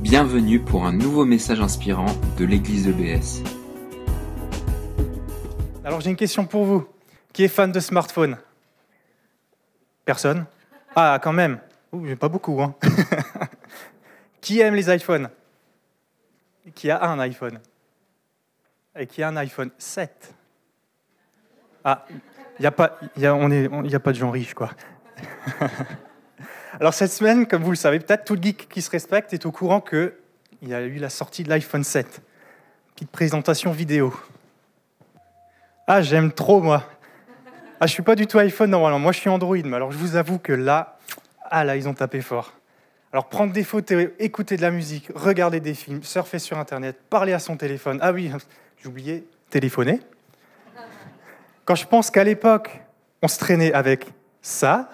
Bienvenue pour un nouveau message inspirant de l'église EBS. Alors j'ai une question pour vous. Qui est fan de smartphone ? Personne ? Ah, quand même. Ouh, pas beaucoup, hein. Qui aime les iPhones ? Qui a un iPhone ? Et qui a un iPhone 7 ? Ah, il n'y a pas de gens riches, quoi. Alors cette semaine, comme vous le savez, peut-être tout le geek qui se respecte est au courant qu'il y a eu la sortie de l'iPhone 7. Petite présentation vidéo. Ah, j'aime trop, moi. Ah, je suis pas du tout iPhone normalement. Moi, je suis Android. Mais alors, je vous avoue que là, ils ont tapé fort. Alors, prendre des photos, écouter de la musique, regarder des films, surfer sur Internet, parler à son téléphone. Ah oui, j'ai oublié, téléphoner. Quand je pense qu'à l'époque, on se traînait avec ça,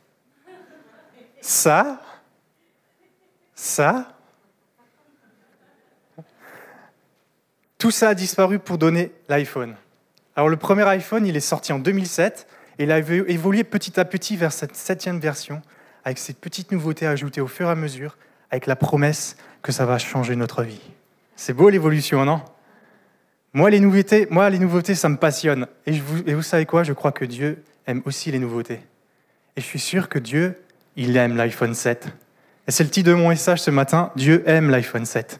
tout ça a disparu pour donner l'iPhone. Alors le premier iPhone, il est sorti en 2007 et il a évolué petit à petit vers cette 7e version avec ces petites nouveautés ajoutées au fur et à mesure, avec la promesse que ça va changer notre vie. C'est beau l'évolution, non ? Moi, les nouveautés, ça me passionne. Et vous savez quoi ? Je crois que Dieu aime aussi les nouveautés. Et je suis sûr que Dieu, il aime l'iPhone 7. Et c'est le titre de mon message ce matin, Dieu aime l'iPhone 7.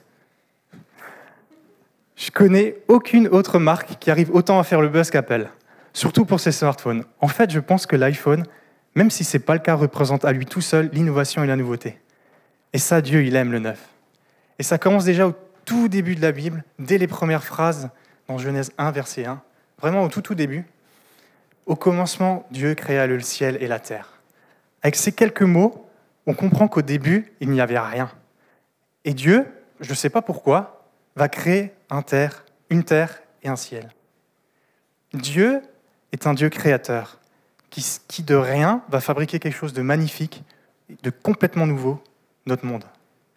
Je connais aucune autre marque qui arrive autant à faire le buzz qu'Apple, surtout pour ses smartphones. En fait, je pense que l'iPhone, même si ce n'est pas le cas, représente à lui tout seul l'innovation et la nouveauté. Et ça, Dieu, il aime le neuf. Et ça commence déjà au tout début de la Bible, dès les premières phrases dans Genèse 1, verset 1, vraiment au tout début. Au commencement, Dieu créa le ciel et la terre. Avec ces quelques mots, on comprend qu'au début, il n'y avait rien. Et Dieu, je ne sais pas pourquoi, va créer une terre et un ciel. Dieu est un Dieu créateur qui de rien va fabriquer quelque chose de magnifique, de complètement nouveau, notre monde.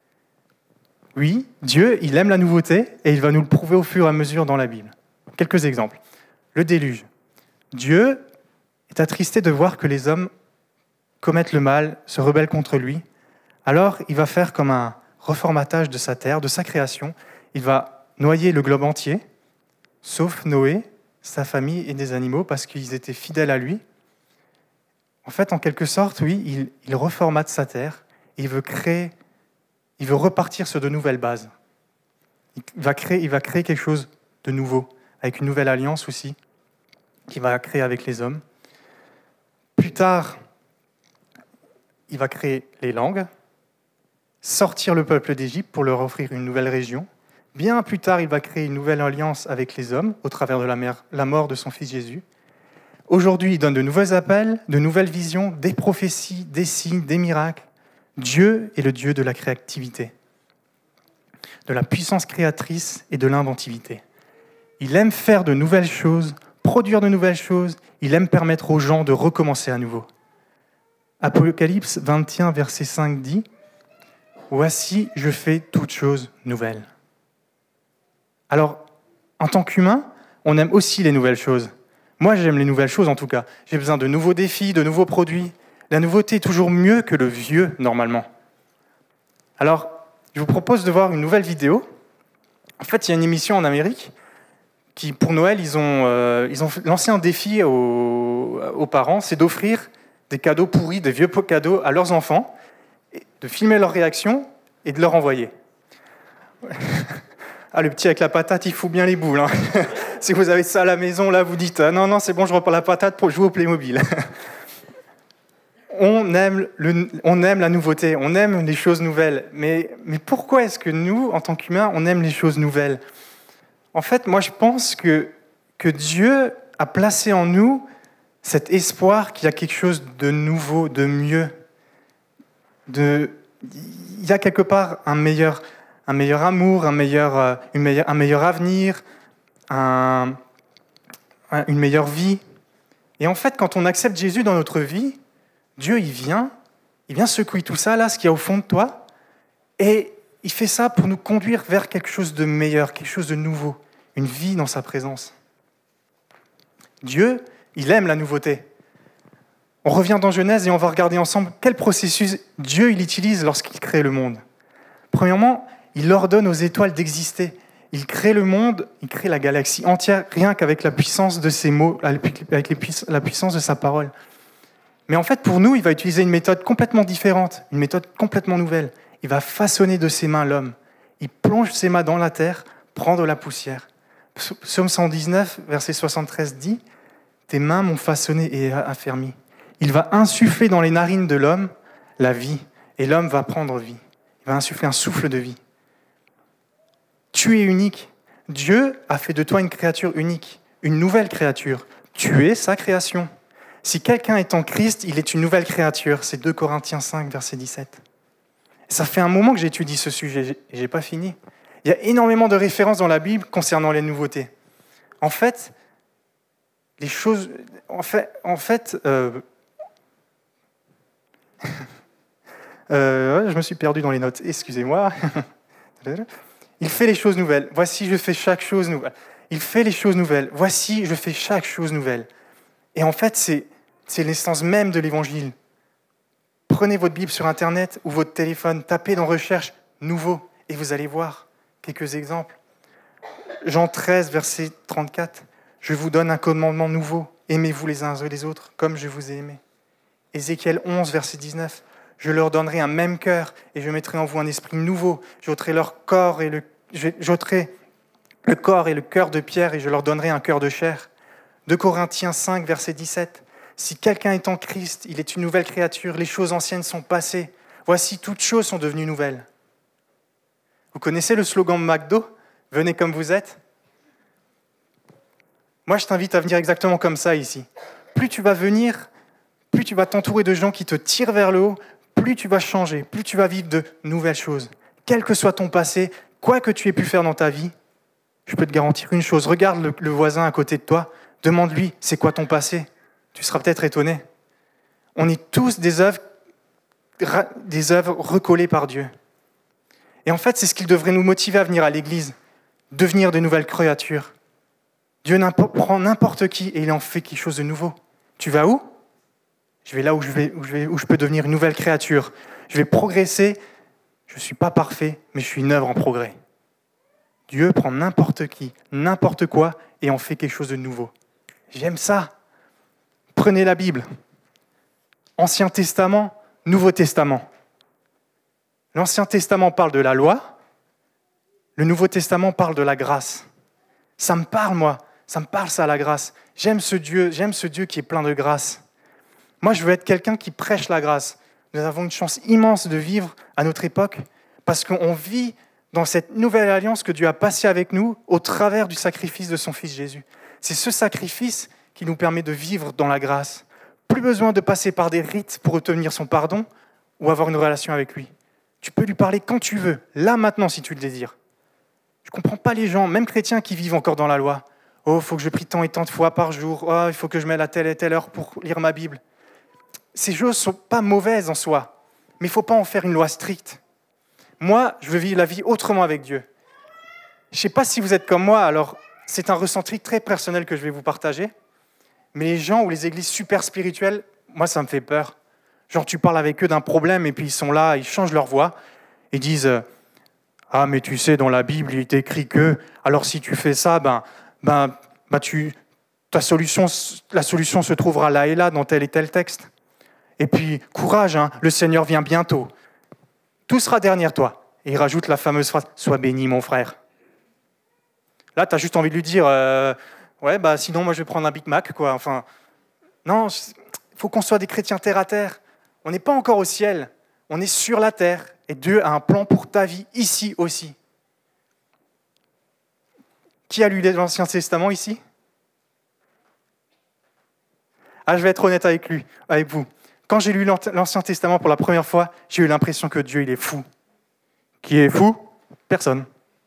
Oui, Dieu, il aime la nouveauté et il va nous le prouver au fur et à mesure dans la Bible. Quelques exemples. Le déluge. Dieu est attristé de voir que les hommes commettent le mal, se rebellent contre lui. Alors, il va faire comme un reformatage de sa terre, de sa création. Il va noyer le globe entier, sauf Noé, sa famille et des animaux, parce qu'ils étaient fidèles à lui. En fait, en quelque sorte, oui, il reformate sa terre, et il veut repartir sur de nouvelles bases. Il va créer quelque chose de nouveau, avec une nouvelle alliance aussi, qu'il va créer avec les hommes. Plus tard, il va créer les langues, sortir le peuple d'Égypte pour leur offrir une nouvelle région. Bien plus tard, il va créer une nouvelle alliance avec les hommes au travers de la mort de son fils Jésus. Aujourd'hui, il donne de nouveaux appels, de nouvelles visions, des prophéties, des signes, des miracles. Dieu est le Dieu de la créativité, de la puissance créatrice et de l'inventivité. Il aime faire de nouvelles choses, produire de nouvelles choses. Il aime permettre aux gens de recommencer à nouveau. Apocalypse 21, verset 5 dit « Voici, je fais toutes choses nouvelles ». Alors, en tant qu'humain, on aime aussi les nouvelles choses. Moi, j'aime les nouvelles choses en tout cas. J'ai besoin de nouveaux défis, de nouveaux produits. La nouveauté est toujours mieux que le vieux, normalement. Alors, je vous propose de voir une nouvelle vidéo. En fait, il y a une émission en Amérique qui, pour Noël, ils ont lancé un défi aux parents, c'est d'offrir des cadeaux pourris, des vieux cadeaux à leurs enfants, de filmer leur réaction et de leur envoyer. Ah, le petit avec la patate, il fout bien les boules. Hein. Si vous avez ça à la maison, là, vous dites « Non, c'est bon, je reprends la patate pour jouer au Playmobil. » On aime la nouveauté, on aime les choses nouvelles. Mais pourquoi est-ce que nous, en tant qu'humains, on aime les choses nouvelles ? En fait, moi, je pense que Dieu a placé en nous cet espoir qu'il y a quelque chose de nouveau, de mieux. Il y a quelque part un meilleur amour, un meilleur avenir, une meilleure vie. Et en fait, quand on accepte Jésus dans notre vie, Dieu, il vient secouer tout ça, là, ce qu'il y a au fond de toi, et il fait ça pour nous conduire vers quelque chose de meilleur, quelque chose de nouveau, une vie dans sa présence. Dieu, il aime la nouveauté. On revient dans Genèse et on va regarder ensemble quel processus Dieu il utilise lorsqu'il crée le monde. Premièrement, Il ordonne aux étoiles d'exister. Il crée le monde, il crée la galaxie entière, rien qu'avec la puissance de ses mots, avec la puissance de sa parole. Mais en fait, pour nous, il va utiliser une méthode complètement différente, une méthode complètement nouvelle. Il va façonner de ses mains l'homme. Il plonge ses mains dans la terre, prendre la poussière. Psaume 119, verset 73 dit « Tes mains m'ont façonné et affermi ». Il va insuffler dans les narines de l'homme la vie, et l'homme va prendre vie. Il va insuffler un souffle de vie. Tu es unique. Dieu a fait de toi une créature unique, une nouvelle créature. Tu es sa création. Si quelqu'un est en Christ, il est une nouvelle créature. C'est 2 Corinthiens 5, verset 17. Ça fait un moment que j'étudie ce sujet et je n'ai pas fini. Il y a énormément de références dans la Bible concernant les nouveautés. En fait, les choses... je me suis perdu dans les notes, excusez-moi. Il fait les choses nouvelles. Voici, je fais chaque chose nouvelle. Il fait les choses nouvelles. Voici, je fais chaque chose nouvelle. Et en fait, c'est l'essence même de l'Évangile. Prenez votre Bible sur Internet ou votre téléphone, tapez dans « Recherche nouveau » et vous allez voir quelques exemples. Jean 13, verset 34. « Je vous donne un commandement nouveau. Aimez-vous les uns et les autres, comme je vous ai aimé. » Ézéchiel 11, verset 19. « Je leur donnerai un même cœur et je mettrai en vous un esprit nouveau. J'ôterai le corps et le cœur de pierre et je leur donnerai un cœur de chair. » 2 Corinthiens 5, verset 17. « Si quelqu'un est en Christ, il est une nouvelle créature. Les choses anciennes sont passées. Voici, toutes choses sont devenues nouvelles. » Vous connaissez le slogan McDo ? « Venez comme vous êtes » ? Moi, je t'invite à venir exactement comme ça ici. Plus tu vas venir, plus tu vas t'entourer de gens qui te tirent vers le haut, plus tu vas changer, plus tu vas vivre de nouvelles choses. Quel que soit ton passé, quoi que tu aies pu faire dans ta vie, je peux te garantir une chose. Regarde le voisin à côté de toi, demande-lui, c'est quoi ton passé ? Tu seras peut-être étonné. On est tous des œuvres recollées par Dieu. Et en fait, c'est ce qui devrait nous motiver à venir à l'église, devenir de nouvelles créatures. Dieu prend n'importe qui et il en fait quelque chose de nouveau. Tu vas où ? Je vais là où je peux devenir une nouvelle créature. Je vais progresser. Je ne suis pas parfait, mais je suis une œuvre en progrès. Dieu prend n'importe qui, n'importe quoi, et en fait quelque chose de nouveau. J'aime ça. Prenez la Bible. Ancien Testament, Nouveau Testament. L'Ancien Testament parle de la loi. Le Nouveau Testament parle de la grâce. Ça me parle, moi. Ça me parle, ça, la grâce. J'aime ce Dieu qui est plein de grâce. Moi, je veux être quelqu'un qui prêche la grâce. Nous avons une chance immense de vivre à notre époque parce qu'on vit dans cette nouvelle alliance que Dieu a passée avec nous au travers du sacrifice de son Fils Jésus. C'est ce sacrifice qui nous permet de vivre dans la grâce. Plus besoin de passer par des rites pour obtenir son pardon ou avoir une relation avec lui. Tu peux lui parler quand tu veux, là, maintenant, si tu le désires. Je ne comprends pas les gens, même chrétiens, qui vivent encore dans la loi. « Oh, il faut que je prie tant et tant de fois par jour. Oh, il faut que je mette à telle et telle heure pour lire ma Bible. » Ces choses ne sont pas mauvaises en soi, mais il ne faut pas en faire une loi stricte. Moi, je veux vivre la vie autrement avec Dieu. Je ne sais pas si vous êtes comme moi, alors c'est un ressenti très personnel que je vais vous partager, mais les gens ou les églises super spirituelles, moi, ça me fait peur. Genre, tu parles avec eux d'un problème et puis ils sont là, ils changent leur voix et disent « Ah, mais tu sais, dans la Bible, il est écrit que, alors si tu fais ça, la solution se trouvera là et là, dans tel et tel texte. Et puis, courage, hein, le Seigneur vient bientôt. Tout sera derrière toi. » Et il rajoute la fameuse phrase « Sois béni, mon frère. » Là, tu as juste envie de lui dire sinon, moi, je vais prendre un Big Mac, quoi. Enfin, non, il faut qu'on soit des chrétiens terre à terre. On n'est pas encore au ciel. On est sur la terre. Et Dieu a un plan pour ta vie, ici aussi. Qui a lu l'Ancien Testament ici ? Je vais être honnête avec vous. Quand j'ai lu l'Ancien Testament pour la première fois, j'ai eu l'impression que Dieu, il est fou. Qui est fou ? Personne.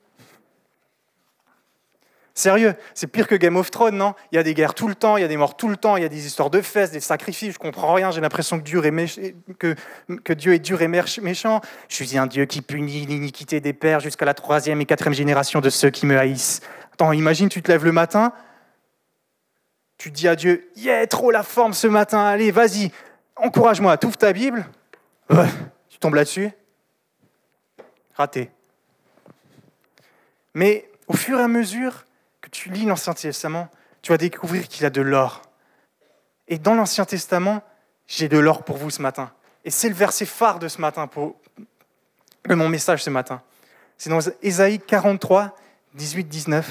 Sérieux, c'est pire que Game of Thrones, non ? Il y a des guerres tout le temps, il y a des morts tout le temps, il y a des histoires de fesses, des sacrifices, je comprends rien, j'ai l'impression que Dieu est dur et méchant. Je suis un Dieu qui punit l'iniquité des pères jusqu'à la 3e et 4e génération de ceux qui me haïssent. Attends, imagine, tu te lèves le matin, tu dis à Dieu, « Yeah, trop la forme ce matin, allez, vas-y, encourage-moi, t'ouvres ta Bible. » Tu tombes là-dessus. Raté. Mais au fur et à mesure que tu lis l'Ancien Testament, tu vas découvrir qu'il y a de l'or. Et dans l'Ancien Testament, j'ai de l'or pour vous ce matin. Et c'est le verset phare de ce matin, de mon message ce matin. C'est dans Ésaïe 43, 18-19.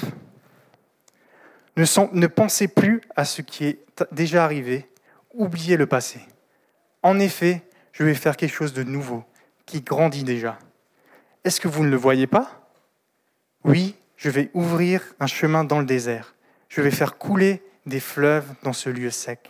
Ne pensez plus à ce qui est déjà arrivé, oubliez le passé. En effet, je vais faire quelque chose de nouveau, qui grandit déjà. Est-ce que vous ne le voyez pas ? Oui, je vais ouvrir un chemin dans le désert. Je vais faire couler des fleuves dans ce lieu sec.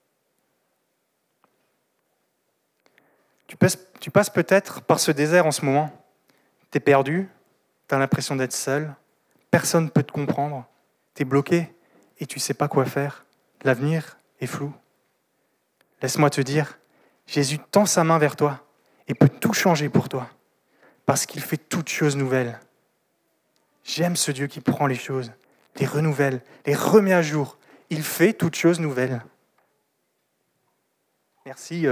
Tu passes peut-être par ce désert en ce moment. Tu es perdu, tu as l'impression d'être seul, personne ne peut te comprendre, tu es bloqué et tu ne sais pas quoi faire. L'avenir est flou. Laisse-moi te dire, Jésus tend sa main vers toi et peut tout changer pour toi parce qu'il fait toutes choses nouvelles. J'aime ce Dieu qui prend les choses, les renouvelle, les remet à jour. Il fait toutes choses nouvelles. Merci.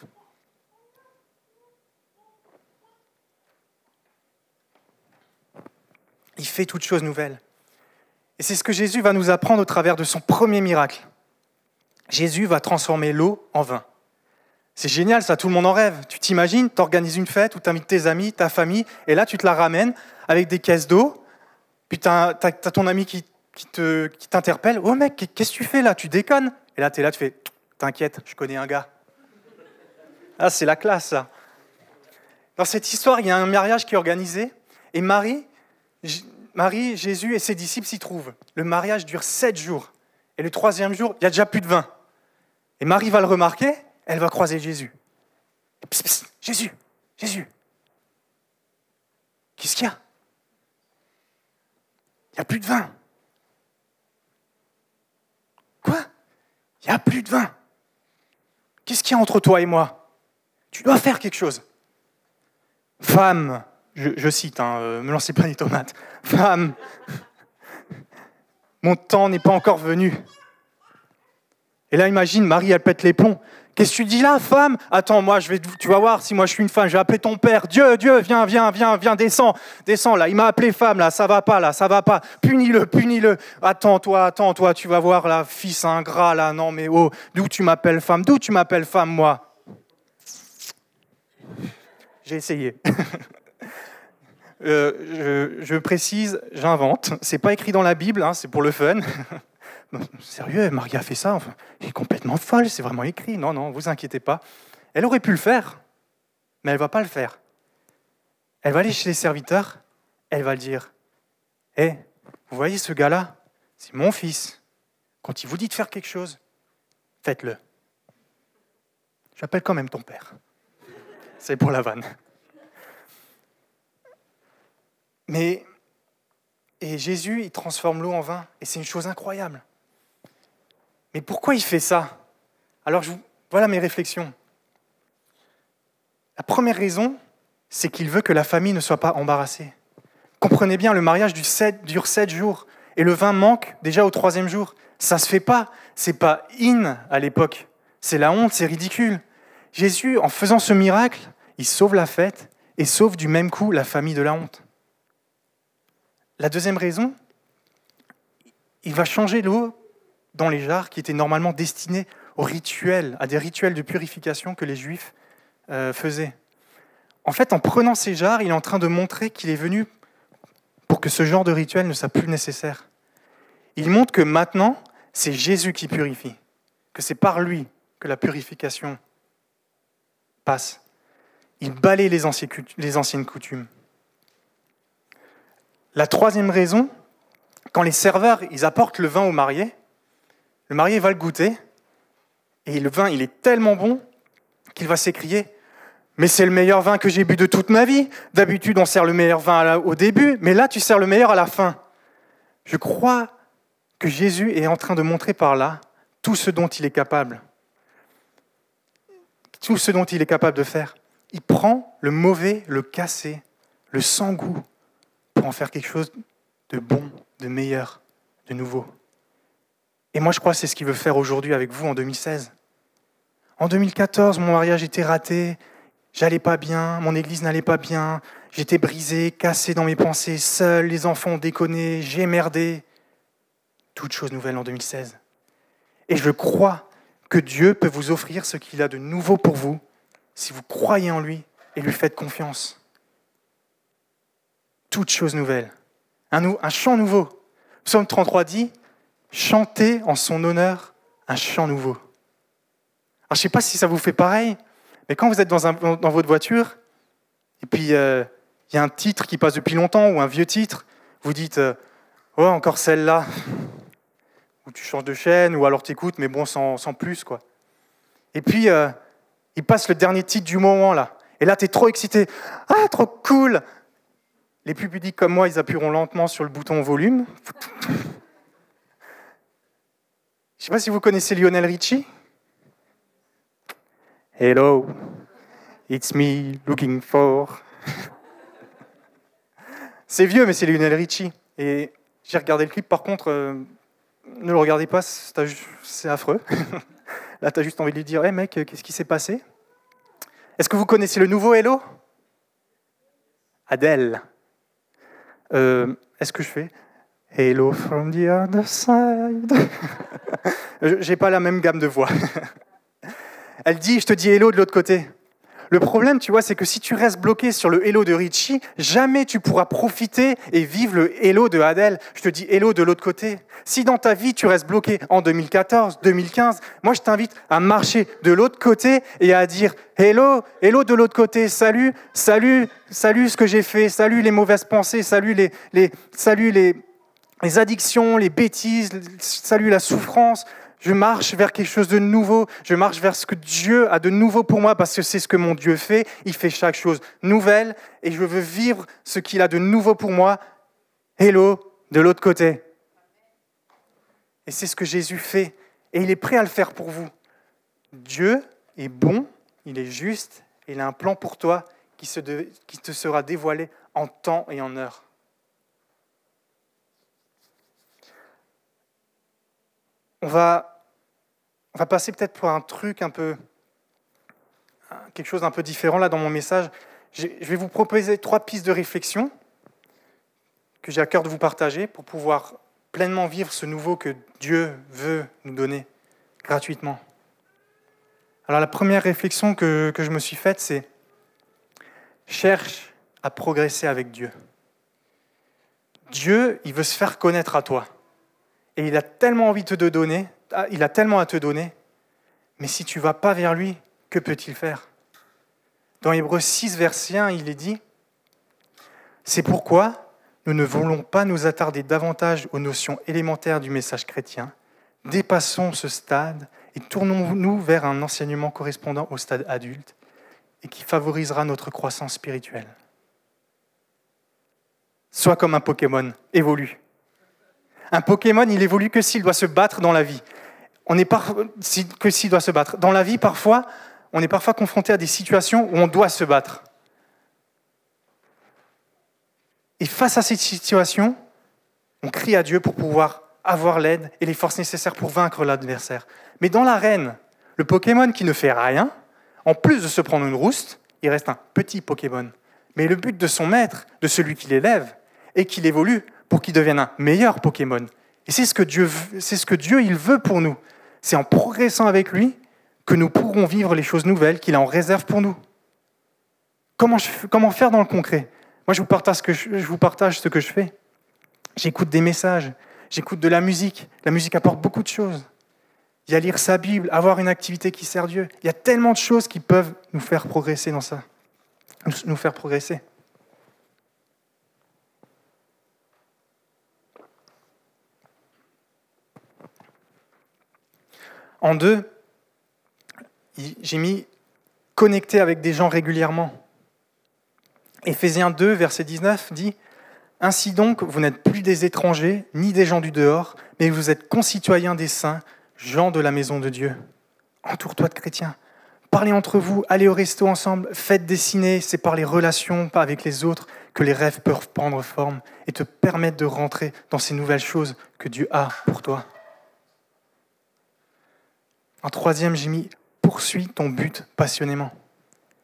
Il fait toutes choses nouvelles. Et c'est ce que Jésus va nous apprendre au travers de son premier miracle. Jésus va transformer l'eau en vin. C'est génial ça, tout le monde en rêve. Tu t'imagines, tu organises une fête où tu invites tes amis, ta famille, et là tu te la ramènes avec des caisses d'eau, puis tu as ton ami qui t'interpelle. « Oh mec, qu'est-ce que tu fais là ? Tu déconnes ?» Et là tu es là, tu fais « T'inquiète, je connais un gars. » Ah, c'est la classe ça. Dans cette histoire, il y a un mariage qui est organisé, et Marie, Jésus et ses disciples s'y trouvent. Le mariage dure 7 jours. Et le 3e jour, il n'y a déjà plus de vin. Et Marie va le remarquer, elle va croiser Jésus. Psst, psst, Jésus, Jésus. Qu'est-ce qu'il y a ? Il n'y a plus de vin. Quoi ? Il n'y a plus de vin. Qu'est-ce qu'il y a entre toi et moi ? Tu dois faire quelque chose. Femme, je cite, me lancez pas des tomates. Femme, mon temps n'est pas encore venu. Et là, imagine, Marie, elle pète les plombs. Qu'est-ce que tu dis là, femme ? Attends, tu vas voir, si moi je suis une femme, je vais appeler ton père. Dieu, viens, descends, là. Il m'a appelé femme, là, ça va pas. Punis-le. Attends-toi, tu vas voir, là, fils ingrat, là. Non, mais oh, d'où tu m'appelles femme, moi ? J'ai essayé. Je précise, j'invente. C'est pas écrit dans la Bible, c'est pour le fun. Sérieux, Marie a fait ça, elle est complètement folle, c'est vraiment écrit. Non, vous inquiétez pas. Elle aurait pu le faire, mais elle va pas le faire. Elle va aller chez les serviteurs, elle va le dire. Vous voyez ce gars-là ? C'est mon fils. Quand il vous dit de faire quelque chose, faites-le. J'appelle quand même ton père. C'est pour la vanne. Et Jésus, il transforme l'eau en vin, et c'est une chose incroyable. Mais pourquoi il fait ça ? Alors, voilà mes réflexions. La première raison, c'est qu'il veut que la famille ne soit pas embarrassée. Comprenez bien, le mariage dure 7 jours, et le vin manque déjà au 3e jour. Ça se fait pas, c'est pas in à l'époque. C'est la honte, c'est ridicule. Jésus, en faisant ce miracle, il sauve la fête, et sauve du même coup la famille de la honte. La deuxième raison, il va changer l'eau dans les jarres qui étaient normalement destinés aux rituels, à des rituels de purification que les Juifs faisaient. En fait, en prenant ces jarres, il est en train de montrer qu'il est venu pour que ce genre de rituel ne soit plus nécessaire. Il montre que maintenant, c'est Jésus qui purifie, que c'est par lui que la purification passe. Il balaye les anciennes coutumes. La troisième raison, quand les serveurs ils apportent le vin au marié va le goûter, et le vin il est tellement bon qu'il va s'écrier « Mais c'est le meilleur vin que j'ai bu de toute ma vie. D'habitude, on sert le meilleur vin au début, mais là, tu sers le meilleur à la fin. » Je crois que Jésus est en train de montrer par là tout ce dont il est capable. Tout ce dont il est capable de faire. Il prend le mauvais, le cassé, le sans goût, pour en faire quelque chose de bon, de meilleur, de nouveau. Et moi, je crois que c'est ce qu'il veut faire aujourd'hui avec vous en 2016. En 2014, mon mariage était raté, J'allais pas bien, mon église n'allait pas bien, j'étais brisé, cassé dans mes pensées, seul, les enfants ont déconné, j'ai merdé. Toute chose nouvelle en 2016. Et je crois que Dieu peut vous offrir ce qu'il a de nouveau pour vous si vous croyez en lui et lui faites confiance. Toute chose nouvelle. Un chant nouveau. Psaume 33 dit « Chantez en son honneur un chant nouveau ». Alors, je ne sais pas si ça vous fait pareil, mais quand vous êtes dans votre voiture, et puis il y a un titre qui passe depuis longtemps, ou un vieux titre, vous dites « Oh, encore celle-là ». Ou tu changes de chaîne, ou alors tu écoutes, mais bon, sans plus, quoi. Et puis, il passe le dernier titre du moment, là. Et là, tu es trop excité. « Ah, trop cool !» Les plus pudiques comme moi, ils appuieront lentement sur le bouton volume. Je ne sais pas si vous connaissez Lionel Richie. Hello, it's me looking for. C'est vieux, mais c'est Lionel Richie. Et j'ai regardé le clip, par contre, ne le regardez pas, c'est affreux. Là, tu as juste envie de lui dire, hey mec, qu'est-ce qui s'est passé? Est-ce que vous connaissez le nouveau Hello? Adele. Est-ce que je fais Hello from the other side? J'ai pas la même gamme de voix. Elle dit, je te dis hello de l'autre côté. Le problème, tu vois, c'est que si tu restes bloqué sur le hello de Richie, jamais tu pourras profiter et vivre le hello de Adele. Je te dis hello de l'autre côté. Si dans ta vie, tu restes bloqué en 2014, 2015, moi, je t'invite à marcher de l'autre côté et à dire hello, hello de l'autre côté, salut, salut, salut ce que j'ai fait, salut les mauvaises pensées, salut les addictions, les bêtises, salut la souffrance. Je marche vers quelque chose de nouveau. Je marche vers ce que Dieu a de nouveau pour moi parce que c'est ce que mon Dieu fait. Il fait chaque chose nouvelle et je veux vivre ce qu'il a de nouveau pour moi. Hello, de l'autre côté. Et c'est ce que Jésus fait et il est prêt à le faire pour vous. Dieu est bon, il est juste et il a un plan pour toi qui te sera dévoilé en temps et en heure. On va passer peut-être pour un truc quelque chose d'un peu différent là dans mon message. Je vais vous proposer 3 pistes de réflexion que j'ai à cœur de vous partager pour pouvoir pleinement vivre ce nouveau que Dieu veut nous donner gratuitement. Alors la première réflexion que je me suis faite, c'est cherche à progresser avec Dieu. Dieu, il veut se faire connaître à toi. Et il a tellement envie de te donner, il a tellement à te donner, mais si tu ne vas pas vers lui, que peut-il faire? Dans Hébreux 6, verset 1, il est dit « C'est pourquoi nous ne voulons pas nous attarder davantage aux notions élémentaires du message chrétien. Dépassons ce stade et tournons-nous vers un enseignement correspondant au stade adulte et qui favorisera notre croissance spirituelle. Sois comme un Pokémon, évolue. Un Pokémon, il évolue que s'il doit se battre dans la vie. Que s'il doit se battre. Dans la vie, parfois, on est parfois confronté à des situations où on doit se battre. Et face à cette situation, on crie à Dieu pour pouvoir avoir l'aide et les forces nécessaires pour vaincre l'adversaire. Mais dans l'arène, le Pokémon qui ne fait rien, en plus de se prendre une rouste, il reste un petit Pokémon. Mais le but de son maître, de celui qui l'élève, est qu'il évolue pour qu'il devienne un meilleur Pokémon. Et c'est ce que Dieu il veut pour nous. C'est en progressant avec lui que nous pourrons vivre les choses nouvelles qu'il en réserve pour nous. Comment faire dans le concret? Moi, je vous partage ce que je fais. J'écoute des messages, j'écoute de la musique. La musique apporte beaucoup de choses. Il y a lire sa Bible, avoir une activité qui sert Dieu. Il y a tellement de choses qui peuvent nous faire progresser dans ça. Nous faire progresser. En 2, j'ai mis « connecter avec des gens régulièrement ». Éphésiens 2, verset 19 dit « Ainsi donc, vous n'êtes plus des étrangers, ni des gens du dehors, mais vous êtes concitoyens des saints, gens de la maison de Dieu. Entoure-toi de chrétiens. Parlez entre vous, allez au resto ensemble, faites des ciné, c'est par les relations avec les autres que les rêves peuvent prendre forme et te permettre de rentrer dans ces nouvelles choses que Dieu a pour toi. » En 3, j'ai mis « poursuis ton but passionnément ».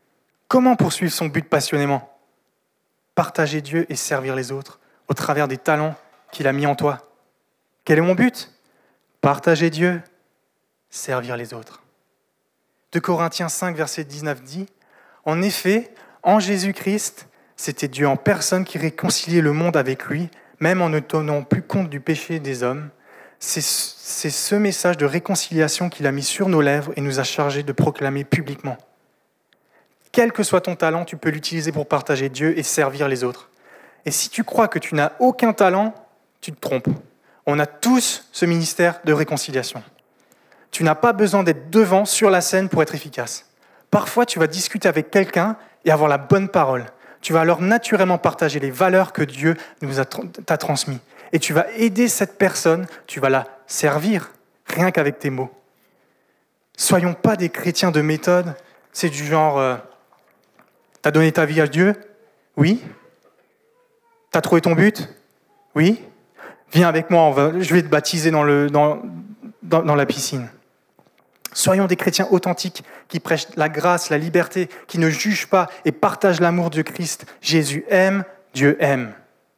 Comment poursuivre son but passionnément ? Partager Dieu et servir les autres au travers des talents qu'il a mis en toi. Quel est mon but ? Partager Dieu, servir les autres. 2 Corinthiens 5, verset 19 dit « En effet, en Jésus-Christ, c'était Dieu en personne qui réconciliait le monde avec lui, même en ne tenant plus compte du péché des hommes. C'est ce message de réconciliation qu'il a mis sur nos lèvres et nous a chargés de proclamer publiquement. » Quel que soit ton talent, tu peux l'utiliser pour partager Dieu et servir les autres. Et si tu crois que tu n'as aucun talent, tu te trompes. On a tous ce ministère de réconciliation. Tu n'as pas besoin d'être devant, sur la scène, pour être efficace. Parfois, tu vas discuter avec quelqu'un et avoir la bonne parole. Tu vas alors naturellement partager les valeurs que Dieu t'a transmises. Et tu vas aider cette personne, tu vas la servir, rien qu'avec tes mots. Soyons pas des chrétiens de méthode. C'est du genre, t'as donné ta vie à Dieu ? Oui. T'as trouvé ton but ? Oui. Viens avec moi, je vais te baptiser dans la piscine. Soyons des chrétiens authentiques qui prêchent la grâce, la liberté, qui ne jugent pas et partagent l'amour de Christ. Jésus aime, Dieu aime.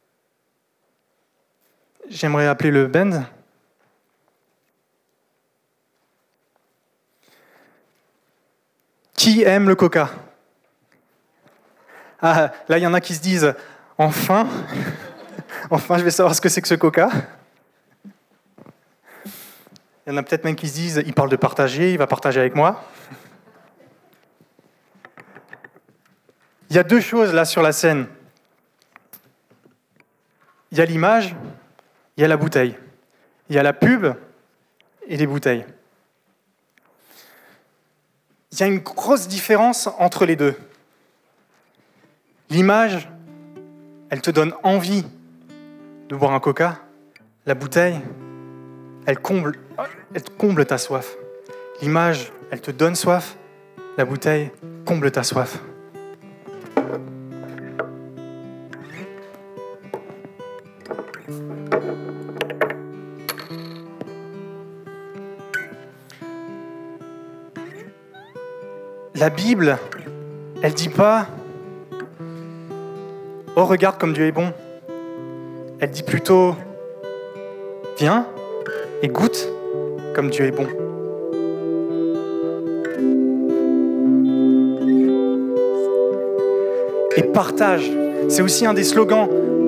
J'aimerais appeler le band. Qui aime le coca ? Ah, là, il y en a qui se disent « Enfin, je vais savoir ce que c'est que ce coca ». Il y en a peut-être même qui se disent « Il parle de partager, il va partager avec moi ». Il y a deux choses là sur la scène. Il y a l'image, il y a la bouteille. Il y a la pub et les bouteilles. Il y a une grosse différence entre les deux. L'image, elle te donne envie de boire un coca. La bouteille, elle comble ta soif. L'image, elle te donne soif. La bouteille comble ta soif. La Bible, elle dit pas « Oh, regarde comme Dieu est bon ». Elle dit plutôt « Viens et goûte comme Dieu est bon ». Et partage, c'est aussi un des slogans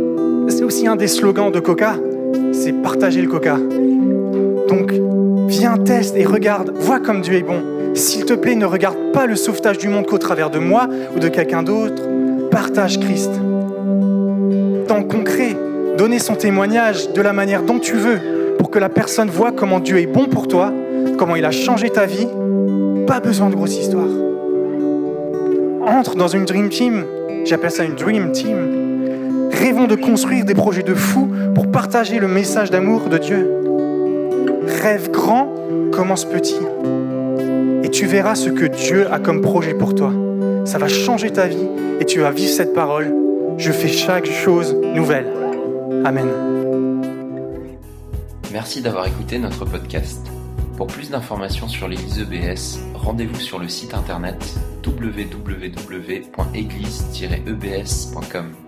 de Coca, c'est partager le Coca. Donc, viens, teste et regarde, vois comme Dieu est bon. S'il te plaît, ne regarde pas le sauvetage du monde qu'au travers de moi ou de quelqu'un d'autre. Partage Christ. Dans le concret, donner son témoignage de la manière dont tu veux pour que la personne voit comment Dieu est bon pour toi, comment il a changé ta vie. Pas besoin de grosses histoires. Entre dans une Dream Team. J'appelle ça une Dream Team. Rêvons de construire des projets de fous pour partager le message d'amour de Dieu. Rêve grand, commence petit. Et tu verras ce que Dieu a comme projet pour toi. Ça va changer ta vie et tu vas vivre cette parole. Je fais chaque chose nouvelle. Amen. Merci d'avoir écouté notre podcast. Pour plus d'informations sur l'Église EBS, rendez-vous sur le site internet www.église-ebs.com.